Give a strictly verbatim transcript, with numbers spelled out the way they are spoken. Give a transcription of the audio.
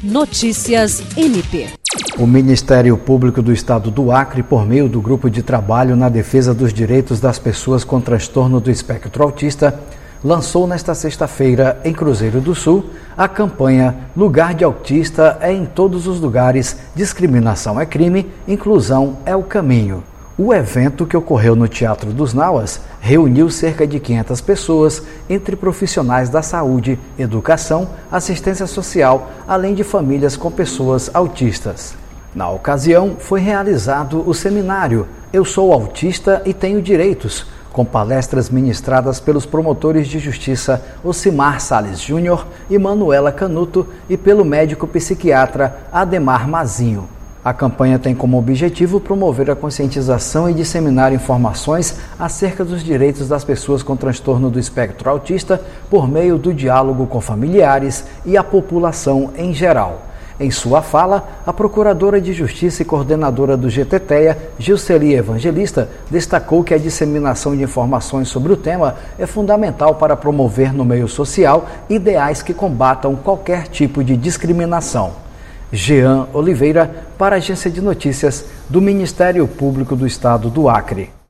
Notícias M P. O Ministério Público do Estado do Acre, por meio do Grupo de Trabalho na Defesa dos Direitos das Pessoas com Transtorno do Espectro Autista, lançou nesta sexta-feira, em Cruzeiro do Sul, a campanha Lugar de Autista é em todos os lugares, discriminação é crime, inclusão é o caminho. O evento, que ocorreu no Teatro dos Nauas, reuniu cerca de quinhentas pessoas, entre profissionais da saúde, educação, assistência social, além de famílias com pessoas autistas. Na ocasião, foi realizado o seminário Eu Sou Autista e Tenho Direitos, com palestras ministradas pelos promotores de justiça Ocimar Salles Júnior e Manuela Canuto e pelo médico psiquiatra Ademar Mazinho. A campanha tem como objetivo promover a conscientização e disseminar informações acerca dos direitos das pessoas com transtorno do espectro autista por meio do diálogo com familiares e a população em geral. Em sua fala, a Procuradora de Justiça e coordenadora do G T T E A, Gilceli Evangelista, destacou que a disseminação de informações sobre o tema é fundamental para promover no meio social ideais que combatam qualquer tipo de discriminação. Jean Oliveira, para a Agência de Notícias do Ministério Público do Estado do Acre.